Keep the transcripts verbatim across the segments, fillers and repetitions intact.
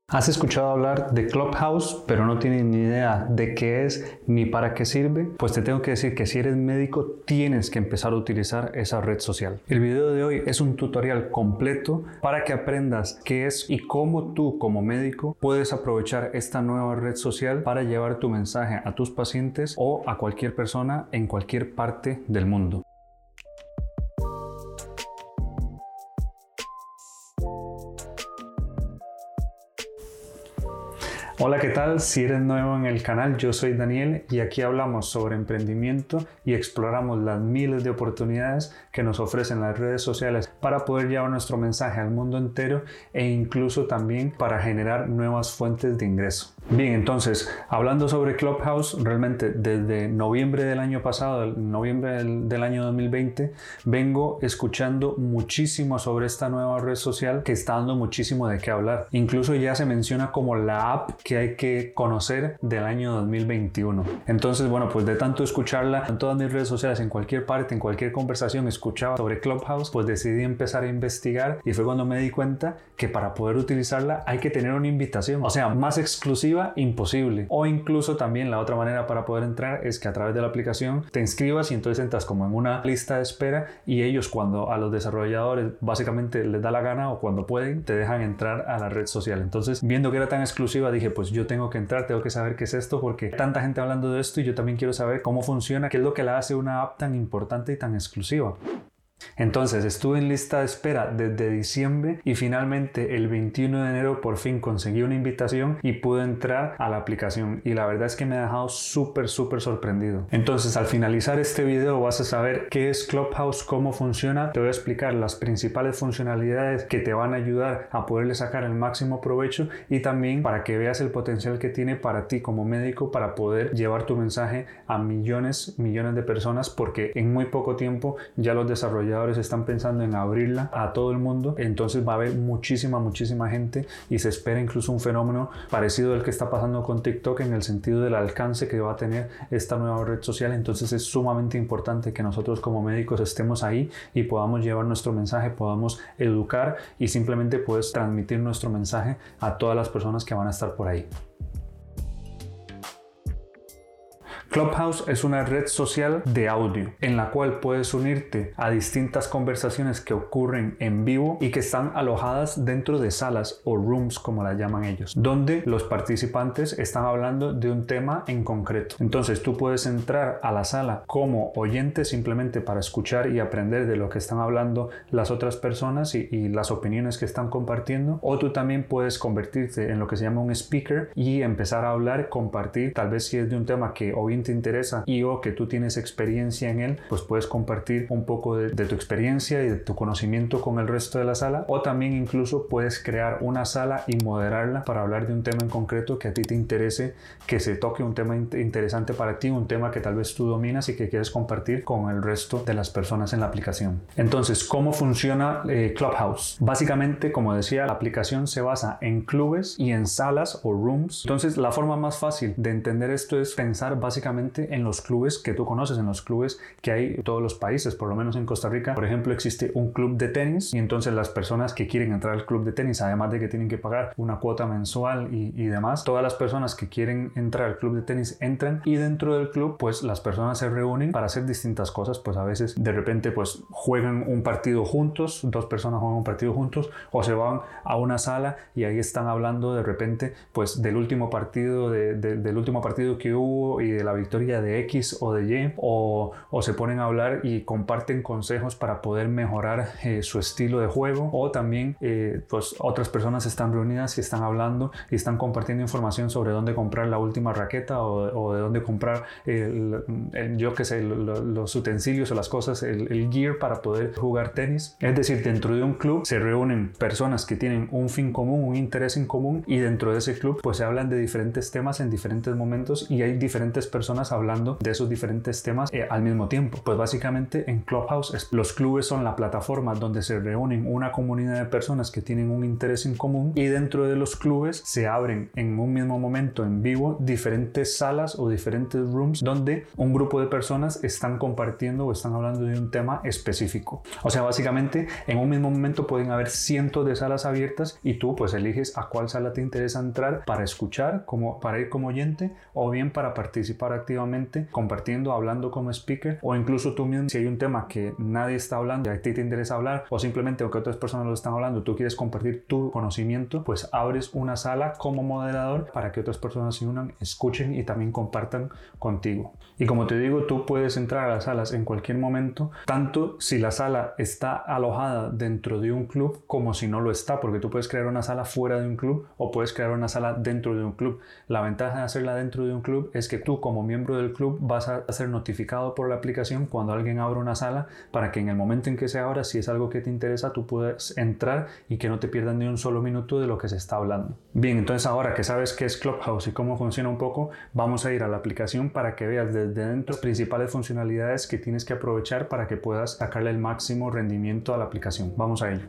¿Has escuchado hablar de Clubhouse, pero no tienes ni idea de qué es ni para qué sirve? Pues te tengo que decir que si eres médico tienes que empezar a utilizar esa red social. El video de hoy es un tutorial completo para que aprendas qué es y cómo tú como médico puedes aprovechar esta nueva red social para llevar tu mensaje a tus pacientes o a cualquier persona en cualquier parte del mundo. Hola, ¿qué tal? Si eres nuevo en el canal, yo soy Daniel y aquí hablamos sobre emprendimiento y exploramos las miles de oportunidades que nos ofrecen las redes sociales para poder llevar nuestro mensaje al mundo entero e incluso también para generar nuevas fuentes de ingreso. Bien, entonces, hablando sobre Clubhouse, realmente desde noviembre del año pasado, noviembre del, del año dos mil veinte, vengo escuchando muchísimo sobre esta nueva red social que está dando muchísimo de qué hablar. Incluso ya se menciona como la app que hay que conocer del año dos mil veintiuno. Entonces, bueno, pues de tanto escucharla en todas mis redes sociales, en cualquier parte, en cualquier conversación, escuchaba sobre Clubhouse, pues decidí empezar a investigar y fue cuando me di cuenta que para poder utilizarla hay que tener una invitación, o sea, más exclusiva imposible. O incluso también la otra manera para poder entrar es que a través de la aplicación te inscribas y entonces entras como en una lista de espera y ellos, cuando a los desarrolladores básicamente les da la gana o cuando pueden, te dejan entrar a la red social. Entonces, viendo que era tan exclusiva, dije, pues yo tengo que entrar, tengo que saber qué es esto, porque hay tanta gente hablando de esto y yo también quiero saber cómo funciona, qué es lo que la hace una app tan importante y tan exclusiva. Entonces estuve en lista de espera desde diciembre y finalmente el veintiuno de enero por fin conseguí una invitación y pude entrar a la aplicación, y la verdad es que me ha dejado súper súper sorprendido. Entonces, al finalizar este video vas a saber qué es Clubhouse, cómo funciona, te voy a explicar las principales funcionalidades que te van a ayudar a poderle sacar el máximo provecho y también para que veas el potencial que tiene para ti como médico para poder llevar tu mensaje a millones millones de personas, porque en muy poco tiempo ya los desarrolladores están pensando en abrirla a todo el mundo. Entonces va a haber muchísima muchísima gente y se espera incluso un fenómeno parecido al que está pasando con TikTok en el sentido del alcance que va a tener esta nueva red social. Entonces es sumamente importante que nosotros como médicos estemos ahí y podamos llevar nuestro mensaje, podamos educar y simplemente puedes transmitir nuestro mensaje a todas las personas que van a estar por ahí. Clubhouse es una red social de audio en la cual puedes unirte a distintas conversaciones que ocurren en vivo y que están alojadas dentro de salas o rooms, como las llaman ellos, donde los participantes están hablando de un tema en concreto. Entonces tú puedes entrar a la sala como oyente simplemente para escuchar y aprender de lo que están hablando las otras personas y, y las opiniones que están compartiendo, o tú también puedes convertirte en lo que se llama un speaker y empezar a hablar, compartir, tal vez si es de un tema que o bien te interesa y o que tú tienes experiencia en él, pues puedes compartir un poco de, de tu experiencia y de tu conocimiento con el resto de la sala, o también incluso puedes crear una sala y moderarla para hablar de un tema en concreto que a ti te interese, que se toque un tema in- interesante para ti, un tema que tal vez tú dominas y que quieres compartir con el resto de las personas en la aplicación. Entonces, ¿cómo funciona eh, Clubhouse? Básicamente, como decía, la aplicación se basa en clubes y en salas o rooms. Entonces, la forma más fácil de entender esto es pensar básicamente en los clubes que tú conoces, en los clubes que hay en todos los países. Por lo menos en Costa Rica, por ejemplo, existe un club de tenis y entonces las personas que quieren entrar al club de tenis, además de que tienen que pagar una cuota mensual y, y demás, todas las personas que quieren entrar al club de tenis entran, y dentro del club pues las personas se reúnen para hacer distintas cosas. Pues a veces de repente pues juegan un partido juntos, dos personas juegan un partido juntos, o se van a una sala y ahí están hablando de repente pues del último partido de, de, del último partido que hubo y de la victoria de X o de Y, o, o se ponen a hablar y comparten consejos para poder mejorar eh, su estilo de juego, o también eh, pues otras personas están reunidas y están hablando y están compartiendo información sobre dónde comprar la última raqueta o, o de dónde comprar el, el, yo que sé, lo, los utensilios o las cosas, el, el gear para poder jugar tenis. Es decir, dentro de un club se reúnen personas que tienen un fin común, un interés en común, y dentro de ese club pues se hablan de diferentes temas en diferentes momentos y hay diferentes personas personas hablando de esos diferentes temas eh, al mismo tiempo. Pues básicamente en Clubhouse los clubes son la plataforma donde se reúnen una comunidad de personas que tienen un interés en común, y dentro de los clubes se abren en un mismo momento en vivo diferentes salas o diferentes rooms donde un grupo de personas están compartiendo o están hablando de un tema específico. O sea, básicamente en un mismo momento pueden haber cientos de salas abiertas y tú pues eliges a cuál sala te interesa entrar para escuchar, como para ir como oyente, o bien para participar activamente compartiendo, hablando como speaker, o incluso tú mismo, si hay un tema que nadie está hablando y a ti te interesa hablar, o simplemente aunque otras personas lo están hablando, tú quieres compartir tu conocimiento, pues abres una sala como moderador para que otras personas se unan, escuchen y también compartan contigo. Y como te digo, tú puedes entrar a las salas en cualquier momento, tanto si la sala está alojada dentro de un club como si no lo está, porque tú puedes crear una sala fuera de un club o puedes crear una sala dentro de un club. La ventaja de hacerla dentro de un club es que tú como miembro del club vas a ser notificado por la aplicación cuando alguien abra una sala, para que en el momento en que se abra, si es algo que te interesa, tú puedas entrar y que no te pierdas ni un solo minuto de lo que se está hablando. Bien, entonces ahora que sabes qué es Clubhouse y cómo funciona un poco, vamos a ir a la aplicación para que veas desde dentro las principales funcionalidades que tienes que aprovechar para que puedas sacarle el máximo rendimiento a la aplicación. Vamos a ello.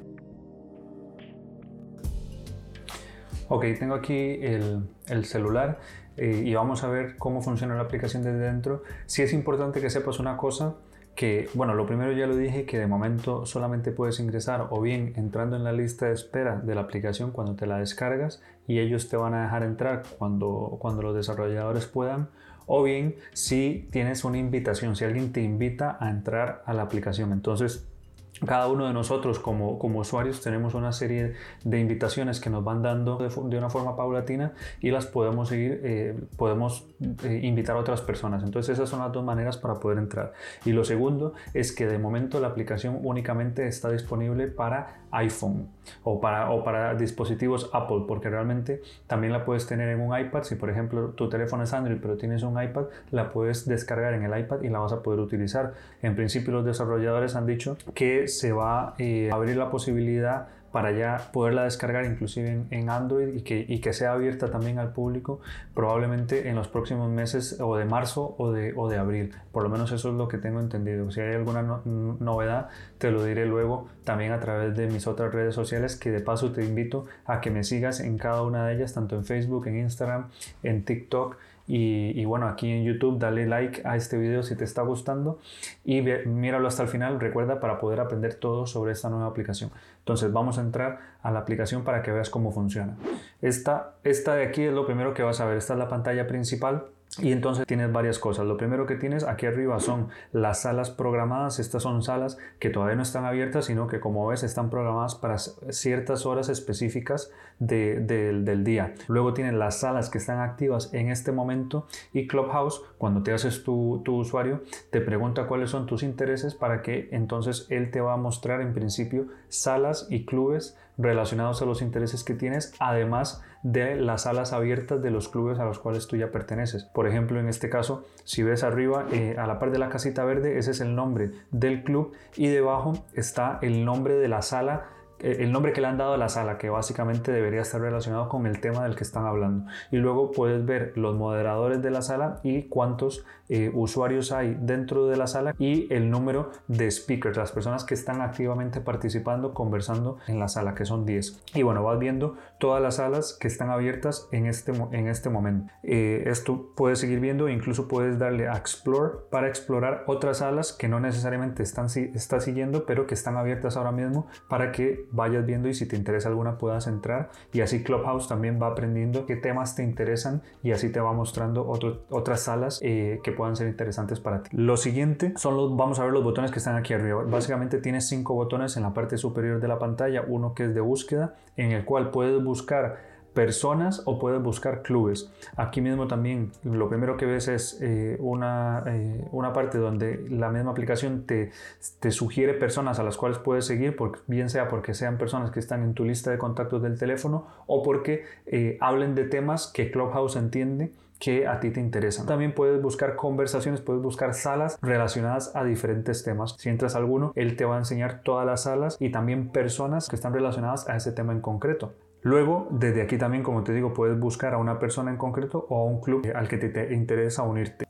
Ok, tengo aquí el, el celular eh, y vamos a ver cómo funciona la aplicación desde dentro. Sí es importante que sepas una cosa, que bueno, lo primero ya lo dije, que de momento solamente puedes ingresar o bien entrando en la lista de espera de la aplicación cuando te la descargas y ellos te van a dejar entrar cuando, cuando los desarrolladores puedan, o bien si tienes una invitación, si alguien te invita a entrar a la aplicación. Entonces cada uno de nosotros como, como usuarios tenemos una serie de invitaciones que nos van dando de, de una forma paulatina y las podemos seguir, eh, podemos eh, invitar a otras personas. Entonces esas son las dos maneras para poder entrar. Y lo segundo es que de momento la aplicación únicamente está disponible para iPhone o para, o para dispositivos Apple, porque realmente también la puedes tener en un iPad. Si por ejemplo tu teléfono es Android pero tienes un iPad, la puedes descargar en el iPad y la vas a poder utilizar. En principio los desarrolladores han dicho que se va eh, a abrir la posibilidad para ya poderla descargar inclusive en, en Android y que, y que sea abierta también al público probablemente en los próximos meses o de marzo o de, o de abril. Por lo menos eso es lo que tengo entendido. Si hay alguna no, novedad te lo diré luego también a través de mis otras redes sociales, que de paso te invito a que me sigas en cada una de ellas, tanto en Facebook, en Instagram, en TikTok. Y, y bueno, aquí en YouTube dale like a este video si te está gustando y ve, míralo hasta el final, recuerda, para poder aprender todo sobre esta nueva aplicación. Entonces vamos a entrar a la aplicación para que veas cómo funciona. Esta, esta de aquí es lo primero que vas a ver. Esta es la pantalla principal. Y entonces tienes varias cosas. Lo primero que tienes aquí arriba son las salas programadas. Estas son salas que todavía no están abiertas, sino que como ves están programadas para ciertas horas específicas de, de, del día. Luego tienes las salas que están activas en este momento, y Clubhouse, cuando te haces tu, tu usuario, te pregunta cuáles son tus intereses para que entonces él te va a mostrar en principio salas y clubes relacionados a los intereses que tienes, además de las salas abiertas de los clubes a los cuales tú ya perteneces. Por ejemplo, en este caso, si ves arriba eh, a la par de la casita verde, ese es el nombre del club y debajo está el nombre de la sala, el nombre que le han dado a la sala, que básicamente debería estar relacionado con el tema del que están hablando. Y luego puedes ver los moderadores de la sala y cuántos eh, usuarios hay dentro de la sala y el número de speakers, las personas que están activamente participando, conversando en la sala, que son diez. Y bueno, vas viendo todas las salas que están abiertas en este, en este momento. Eh, esto puedes seguir viendo e incluso puedes darle a Explore para explorar otras salas que no necesariamente están, está siguiendo, pero que están abiertas ahora mismo, para que vayas viendo y si te interesa alguna puedas entrar. Y así Clubhouse también va aprendiendo qué temas te interesan y así te va mostrando otro, otras salas eh, que puedan ser interesantes para ti. Lo siguiente son los, vamos a ver los botones que están aquí arriba. Básicamente tienes cinco botones en la parte superior de la pantalla. Uno que es de búsqueda, en el cual puedes buscar personas o puedes buscar clubes. Aquí mismo también lo primero que ves es eh, una, eh, una parte donde la misma aplicación te, te sugiere personas a las cuales puedes seguir, porque, bien sea porque sean personas que están en tu lista de contactos del teléfono o porque eh, hablen de temas que Clubhouse entiende que a ti te interesan. También puedes buscar conversaciones, puedes buscar salas relacionadas a diferentes temas. Si entras a alguno, él te va a enseñar todas las salas y también personas que están relacionadas a ese tema en concreto. Luego, desde aquí también, como te digo, puedes buscar a una persona en concreto o a un club al que te, te interesa unirte.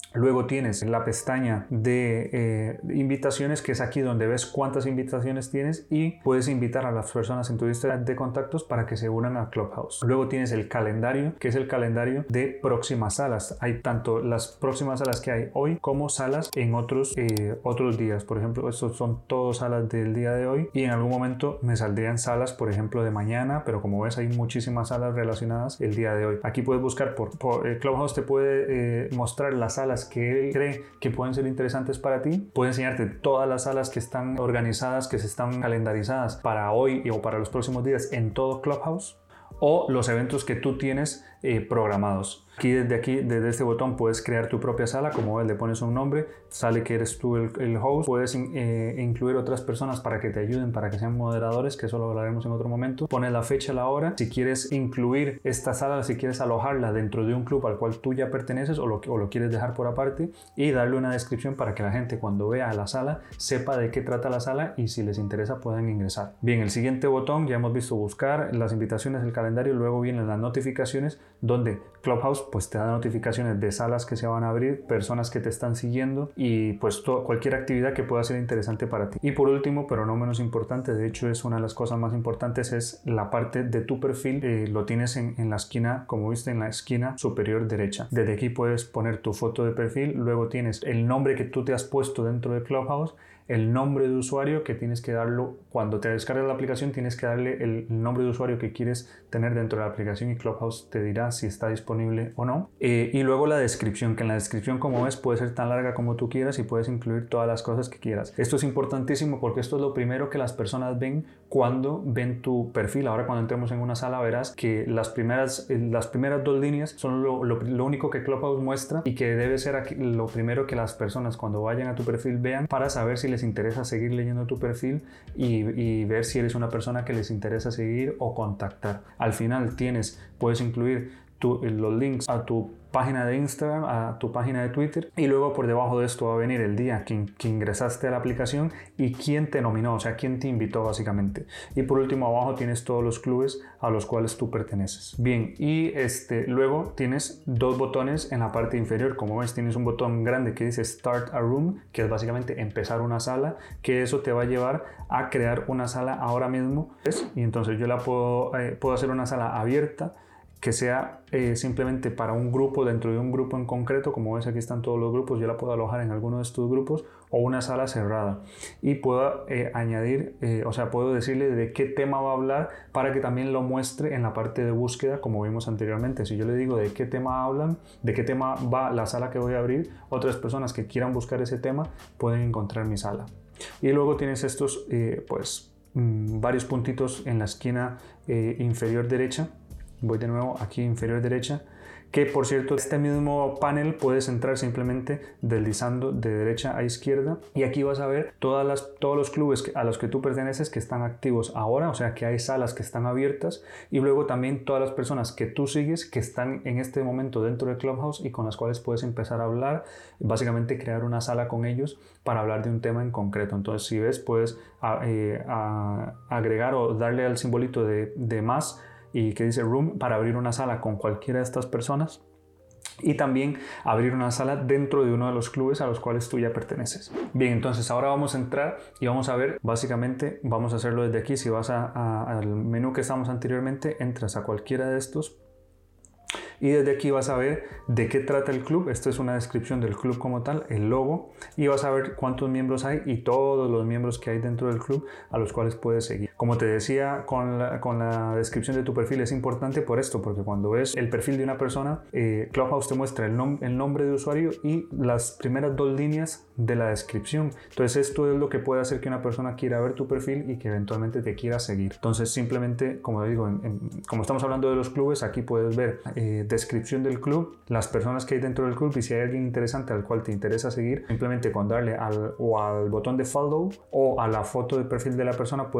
Luego tienes la pestaña de eh, invitaciones, que es aquí donde ves cuántas invitaciones tienes y puedes invitar a las personas en tu lista de contactos para que se unan a Clubhouse. Luego tienes el calendario, que es el calendario de próximas salas. Hay tanto las próximas salas que hay hoy como salas en otros, eh, otros días. Por ejemplo, estos son todos salas del día de hoy y en algún momento me saldrían salas, por ejemplo, de mañana, pero como ves hay muchísimas salas relacionadas el día de hoy. Aquí puedes buscar por, por eh, Clubhouse te puede eh, mostrar las salas que él cree que pueden ser interesantes para ti. Puede enseñarte todas las salas que están organizadas, que se están calendarizadas para hoy o para los próximos días en todo Clubhouse, o los eventos que tú tienes eh, programados. Aquí desde aquí, desde este botón puedes crear tu propia sala, como ves le pones un nombre, sale que eres tú el, el host, puedes eh, incluir otras personas para que te ayuden, para que sean moderadores, que eso lo hablaremos en otro momento. Pones la fecha, la hora, si quieres incluir esta sala, si quieres alojarla dentro de un club al cual tú ya perteneces o lo, o lo quieres dejar por aparte, y darle una descripción para que la gente cuando vea la sala sepa de qué trata la sala y si les interesa puedan ingresar. Bien, el siguiente botón ya hemos visto buscar, las invitaciones, el calendario, luego vienen las notificaciones, donde Clubhouse pues te da notificaciones de salas que se van a abrir, personas que te están siguiendo y pues todo, cualquier actividad que pueda ser interesante para ti. Y por último, pero no menos importante, de hecho es una de las cosas más importantes, es la parte de tu perfil. Eh, lo tienes en, en la esquina, como viste, en la esquina superior derecha. Desde aquí puedes poner tu foto de perfil, luego tienes el nombre que tú te has puesto dentro de Clubhouse, el nombre de usuario que tienes que darlo cuando te descargas la aplicación, tienes que darle el nombre de usuario que quieres tener dentro de la aplicación y Clubhouse te dirá si está disponible o no. Eh, y luego la descripción, que en la descripción, como ves, puede ser tan larga como tú quieras y puedes incluir todas las cosas que quieras. Esto es importantísimo porque esto es lo primero que las personas ven cuando ven tu perfil. Ahora cuando entremos en una sala verás que las primeras, las primeras dos líneas son lo, lo, lo único que Clubhouse muestra y que debe ser aquí lo primero que las personas cuando vayan a tu perfil vean para saber si les interesa seguir leyendo tu perfil y, y ver si eres una persona que les interesa seguir o contactar. Al final tienes, puedes incluir tu, los links a tu página de Instagram, a tu página de Twitter, y luego por debajo de esto va a venir el día que, que ingresaste a la aplicación y quién te nominó, o sea, quién te invitó básicamente. Y por último abajo tienes todos los clubes a los cuales tú perteneces. Bien, y este, luego tienes dos botones en la parte inferior. Como ves, tienes un botón grande que dice Start a Room, que es básicamente empezar una sala, que eso te va a llevar a crear una sala ahora mismo. ¿Ves? Y entonces yo la puedo, eh, puedo hacer una sala abierta que sea eh, simplemente para un grupo, dentro de un grupo en concreto. Como ves, aquí están todos los grupos, yo la puedo alojar en alguno de estos grupos, o una sala cerrada, y puedo eh, añadir, eh, o sea, puedo decirle de qué tema va a hablar para que también lo muestre en la parte de búsqueda, como vimos anteriormente. Si yo le digo de qué tema hablan, de qué tema va la sala que voy a abrir, otras personas que quieran buscar ese tema pueden encontrar mi sala. Y luego tienes estos eh, pues mmm, varios puntitos en la esquina eh, inferior derecha. Voy de nuevo aquí inferior derecha, que por cierto este mismo panel puedes entrar simplemente deslizando de derecha a izquierda, y aquí vas a ver todas las, todos los clubes a los que tú perteneces que están activos ahora, o sea que hay salas que están abiertas, y luego también todas las personas que tú sigues que están en este momento dentro de Clubhouse y con las cuales puedes empezar a hablar, básicamente crear una sala con ellos para hablar de un tema en concreto. Entonces si ves, puedes a, eh, a agregar o darle al simbolito de, de más y que dice Room para abrir una sala con cualquiera de estas personas, y también abrir una sala dentro de uno de los clubes a los cuales tú ya perteneces. Bien, entonces ahora vamos a entrar y vamos a ver, básicamente vamos a hacerlo desde aquí. Si vas a, a, al menú que estamos anteriormente, entras a cualquiera de estos y desde aquí vas a ver de qué trata el club. Esto es una descripción del club como tal, el logo, y vas a ver cuántos miembros hay y todos los miembros que hay dentro del club a los cuales puedes seguir. Como te decía, con la, con la descripción de tu perfil es importante por esto, porque cuando ves el perfil de una persona, eh, Clubhouse te muestra el, nom el nombre de usuario y las primeras dos líneas de la descripción. Entonces esto es lo que puede hacer que una persona quiera ver tu perfil y que eventualmente te quiera seguir. Entonces simplemente, como digo, en, en, como estamos hablando de los clubes, aquí puedes ver eh, descripción del club, las personas que hay dentro del club, y si hay alguien interesante al cual te interesa seguir, simplemente con darle al, o al botón de follow o a la foto de perfil de la persona puedes entrar a su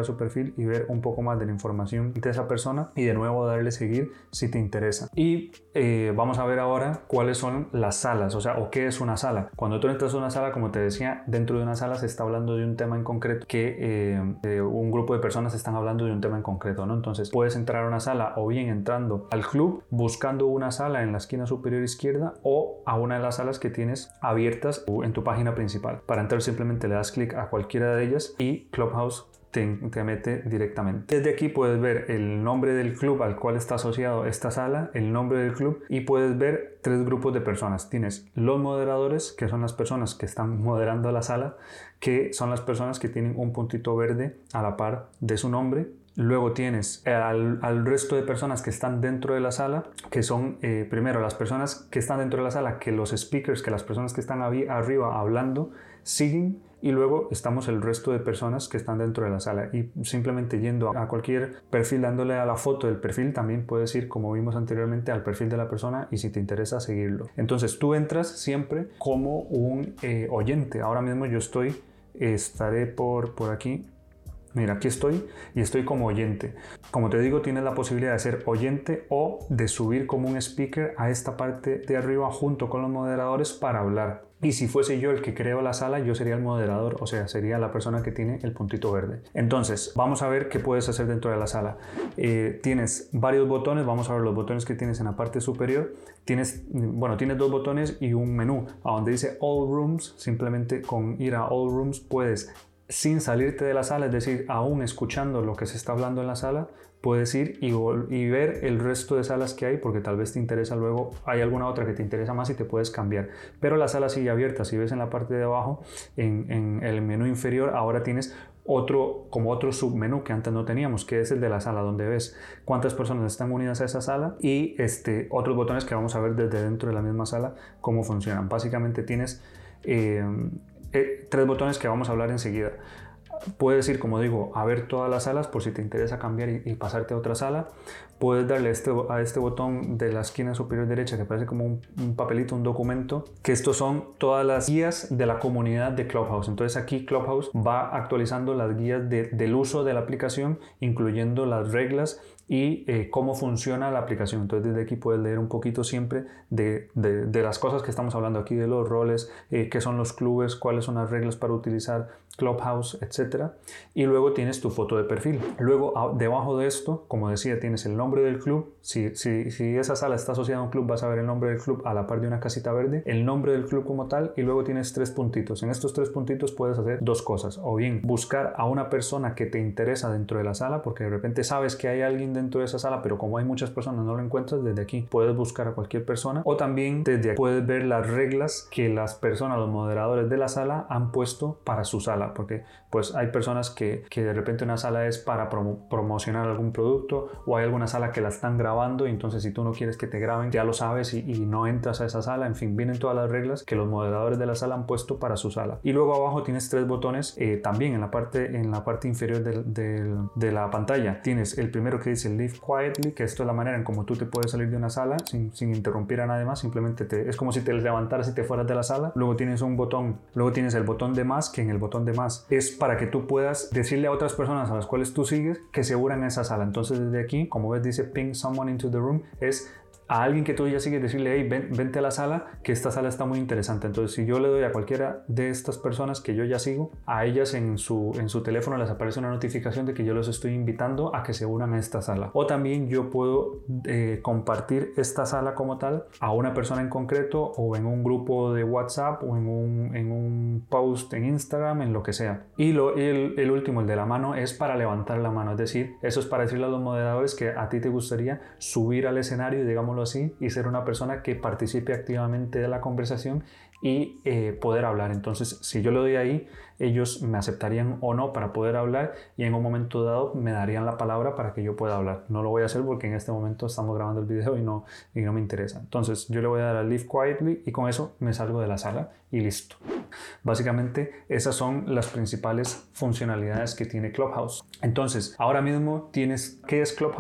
su perfil y ver un poco más de la información de esa persona y de nuevo darle seguir si te interesa. Y eh, vamos a ver ahora cuáles son las salas, o sea, o qué es una sala. Cuando tú entras a una sala, como te decía, dentro de una sala se está hablando de un tema en concreto, que eh, eh, un grupo de personas están hablando de un tema en concreto, ¿no? Entonces puedes entrar a una sala o bien entrando al club, buscando una sala en la esquina superior izquierda o a una de las salas que tienes abiertas en tu página principal. Para entrar simplemente le das clic a cualquiera de ellas y Clubhouse Te, te mete directamente. Desde aquí puedes ver el nombre del club al cual está asociado esta sala, el nombre del club, y puedes ver tres grupos de personas. Tienes los moderadores, que son las personas que están moderando la sala, que son las personas que tienen un puntito verde a la par de su nombre. Luego tienes al, al resto de personas que están dentro de la sala, que son eh, primero las personas que están dentro de la sala, que los speakers, que las personas que están arriba hablando siguen, y luego estamos el resto de personas que están dentro de la sala. Y simplemente yendo a cualquier perfil, dándole a la foto del perfil, también puedes ir, como vimos anteriormente, al perfil de la persona y si te interesa seguirlo. Entonces tú entras siempre como un eh, oyente. Ahora mismo yo estoy, estaré por, por aquí. Mira, aquí estoy y estoy como oyente. Como te digo, tienes la posibilidad de ser oyente o de subir como un speaker a esta parte de arriba junto con los moderadores para hablar. Y si fuese yo el que creo la sala, yo sería el moderador, o sea, sería la persona que tiene el puntito verde. Entonces, vamos a ver qué puedes hacer dentro de la sala. Eh, tienes varios botones, vamos a ver los botones que tienes en la parte superior. Tienes, bueno, tienes dos botones y un menú. A donde dice All Rooms, simplemente con ir a All Rooms puedes, sin salirte de la sala, es decir, aún escuchando lo que se está hablando en la sala, puedes ir y, y ver el resto de salas que hay, porque tal vez te interesa luego, hay alguna otra que te interesa más y te puedes cambiar. Pero la sala sigue abierta. Si ves en la parte de abajo, en, en el menú inferior, ahora tienes otro, como otro submenú que antes no teníamos, que es el de la sala, donde ves cuántas personas están unidas a esa sala y este, otros botones que vamos a ver desde dentro de la misma sala cómo funcionan. Básicamente tienes eh, eh, tres botones que vamos a hablar enseguida. Puedes ir, como digo, a ver todas las salas por si te interesa cambiar y, y pasarte a otra sala. Puedes darle este, a este botón de la esquina superior derecha que parece como un, un papelito, un documento, que estos son todas las guías de la comunidad de Clubhouse. Entonces aquí Clubhouse va actualizando las guías de, del uso de la aplicación, incluyendo las reglas y eh, cómo funciona la aplicación. Entonces desde aquí puedes leer un poquito siempre de, de, de las cosas que estamos hablando aquí, de los roles, eh, qué son los clubes, cuáles son las reglas para utilizar Clubhouse, etcétera. Y luego tienes tu foto de perfil. Luego a, debajo de esto, como decía, tienes el nombre del club. Si, si, si esa sala está asociada a un club, vas a ver el nombre del club a la par de una casita verde, el nombre del club como tal, y luego tienes tres puntitos. En estos tres puntitos puedes hacer dos cosas: o bien buscar a una persona que te interesa dentro de la sala, porque de repente sabes que hay alguien dentro de esa sala, pero como hay muchas personas no lo encuentras. Desde aquí puedes buscar a cualquier persona, o también desde aquí puedes ver las reglas que las personas, los moderadores de la sala han puesto para su sala, porque pues hay personas que, que de repente una sala es para promo promocionar algún producto, o hay alguna sala que la están grabando y entonces si tú no quieres que te graben ya lo sabes y, y no entras a esa sala. En fin, vienen todas las reglas que los moderadores de la sala han puesto para su sala. Y luego abajo tienes tres botones eh, también en la parte, en la parte inferior del, del, de la pantalla. Tienes el primero que dice Leave Quietly, que esto es la manera en como tú te puedes salir de una sala sin, sin interrumpir a nadie más. Simplemente te, es como si te levantaras y te fueras de la sala. Luego tienes un botón, luego tienes el botón de más, que en el botón de más es para que tú puedas decirle a otras personas a las cuales tú sigues que se unan a esa sala. Entonces desde aquí, como ves, dice ping someone into the room, es a alguien que tú ya sigues decirle: hey, ven, vente a la sala, que esta sala está muy interesante. Entonces si yo le doy a cualquiera de estas personas que yo ya sigo, a ellas en su, en su teléfono les aparece una notificación de que yo los estoy invitando a que se unan a esta sala. O también yo puedo eh, compartir esta sala como tal a una persona en concreto, o en un grupo de WhatsApp, o en un, en un post en Instagram, en lo que sea. Y lo, el, el último, el de la mano, es para levantar la mano. Es decir, eso es para decirle a los moderadores que a ti te gustaría subir al escenario, digámoslo así, y ser una persona que participe activamente de la conversación y eh, poder hablar. Entonces si yo le doy ahí, ellos me aceptarían o no para poder hablar, y en un momento dado me darían la palabra para que yo pueda hablar. No lo voy a hacer porque en este momento estamos grabando el video y no, y no me interesa. Entonces yo le voy a dar a Leave Quietly y con eso me salgo de la sala y listo. Básicamente esas son las principales funcionalidades que tiene Clubhouse. Entonces ahora mismo tienes, ¿qué es Clubhouse?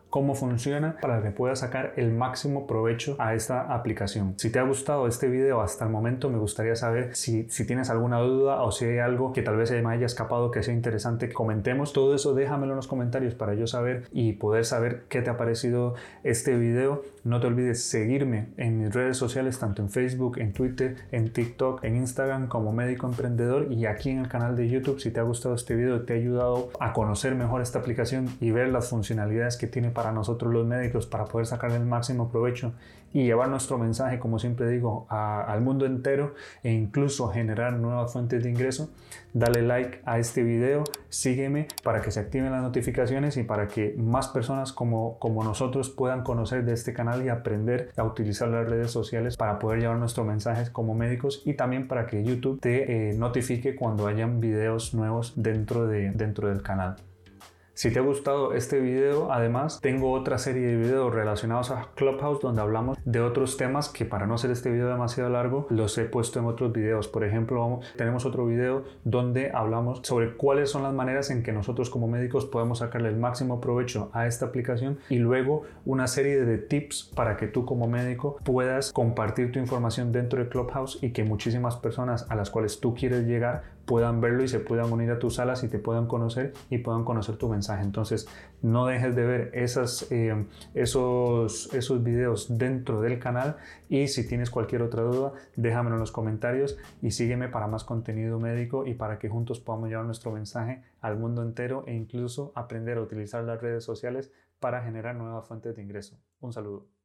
cómo funciona para que puedas sacar el máximo provecho a esta aplicación. Si te ha gustado este video hasta el momento, me gustaría saber si, si tienes alguna duda o si hay algo que tal vez se me haya escapado que sea interesante que comentemos. Todo eso déjamelo en los comentarios para yo saber y poder saber qué te ha parecido este video. No te olvides seguirme en mis redes sociales, tanto en Facebook, en Twitter, en TikTok, en Instagram como Médico Emprendedor, y aquí en el canal de YouTube. Si te ha gustado este video, te ha ayudado a conocer mejor esta aplicación y ver las funcionalidades que tiene para nosotros los médicos para poder sacar el máximo provecho y llevar nuestro mensaje, como siempre digo, a, al mundo entero e incluso generar nuevas fuentes de ingreso, dale like a este video, sígueme para que se activen las notificaciones y para que más personas como, como nosotros puedan conocer de este canal y aprender a utilizar las redes sociales para poder llevar nuestros mensajes como médicos, y también para que YouTube te eh, notifique cuando hayan videos nuevos dentro, de, dentro del canal. Si te ha gustado este video, además tengo otra serie de videos relacionados a Clubhouse donde hablamos de otros temas que, para no hacer este video demasiado largo, los he puesto en otros videos. Por ejemplo, vamos, tenemos otro video donde hablamos sobre cuáles son las maneras en que nosotros como médicos podemos sacarle el máximo provecho a esta aplicación, y luego una serie de tips para que tú como médico puedas compartir tu información dentro de Clubhouse y que muchísimas personas a las cuales tú quieres llegar puedan verlo y se puedan unir a tus salas y te puedan conocer y puedan conocer tu mensaje. Entonces no dejes de ver esas, eh, esos, esos videos dentro del canal, y si tienes cualquier otra duda déjamelo en los comentarios y sígueme para más contenido médico y para que juntos podamos llevar nuestro mensaje al mundo entero e incluso aprender a utilizar las redes sociales para generar nuevas fuentes de ingreso. Un saludo.